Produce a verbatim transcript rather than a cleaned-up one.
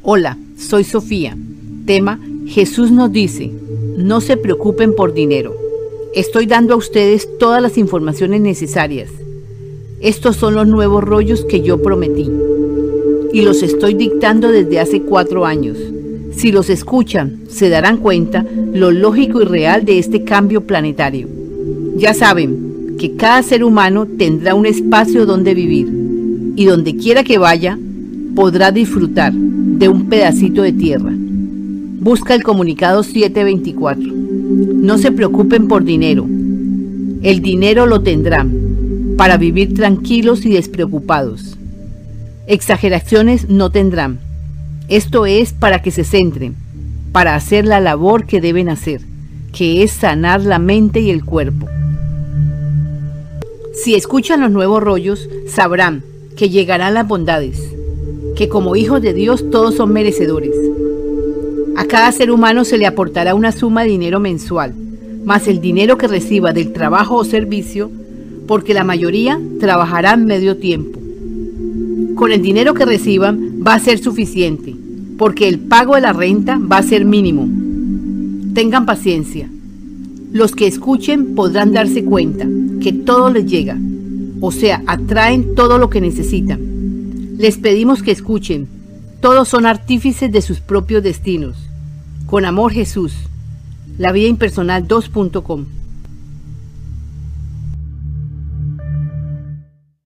Hola, soy Sofía. Tema: Jesús nos dice, no se preocupen por dinero. Estoy dando a ustedes todas las informaciones necesarias. Estos son los nuevos rollos que yo prometí. Y los estoy dictando desde hace cuatro años. Si los escuchan, se darán cuenta lo lógico y real de este cambio planetario. Ya saben que cada ser humano tendrá un espacio donde vivir, y donde quiera que vaya, podrá disfrutar de un pedacito de tierra. Busca el comunicado siete veinticuatro. No se preocupen por dinero. El dinero lo tendrán para vivir tranquilos y despreocupados. Exageraciones no tendrán. Esto es para que se centren, para hacer la labor que deben hacer, que es sanar la mente y el cuerpo. Si escuchan los nuevos rollos, sabrán que llegarán las bondades, que como hijos de Dios todos son merecedores. A cada ser humano se le aportará una suma de dinero mensual, más el dinero que reciba del trabajo o servicio, porque la mayoría trabajarán medio tiempo. Con el dinero que reciban va a ser suficiente, porque el pago de la renta va a ser mínimo. Tengan paciencia. Los que escuchen podrán darse cuenta que todo les llega, o sea, atraen todo lo que necesitan. Les pedimos que escuchen. Todos son artífices de sus propios destinos. Con amor, Jesús. La vida impersonal dos punto com.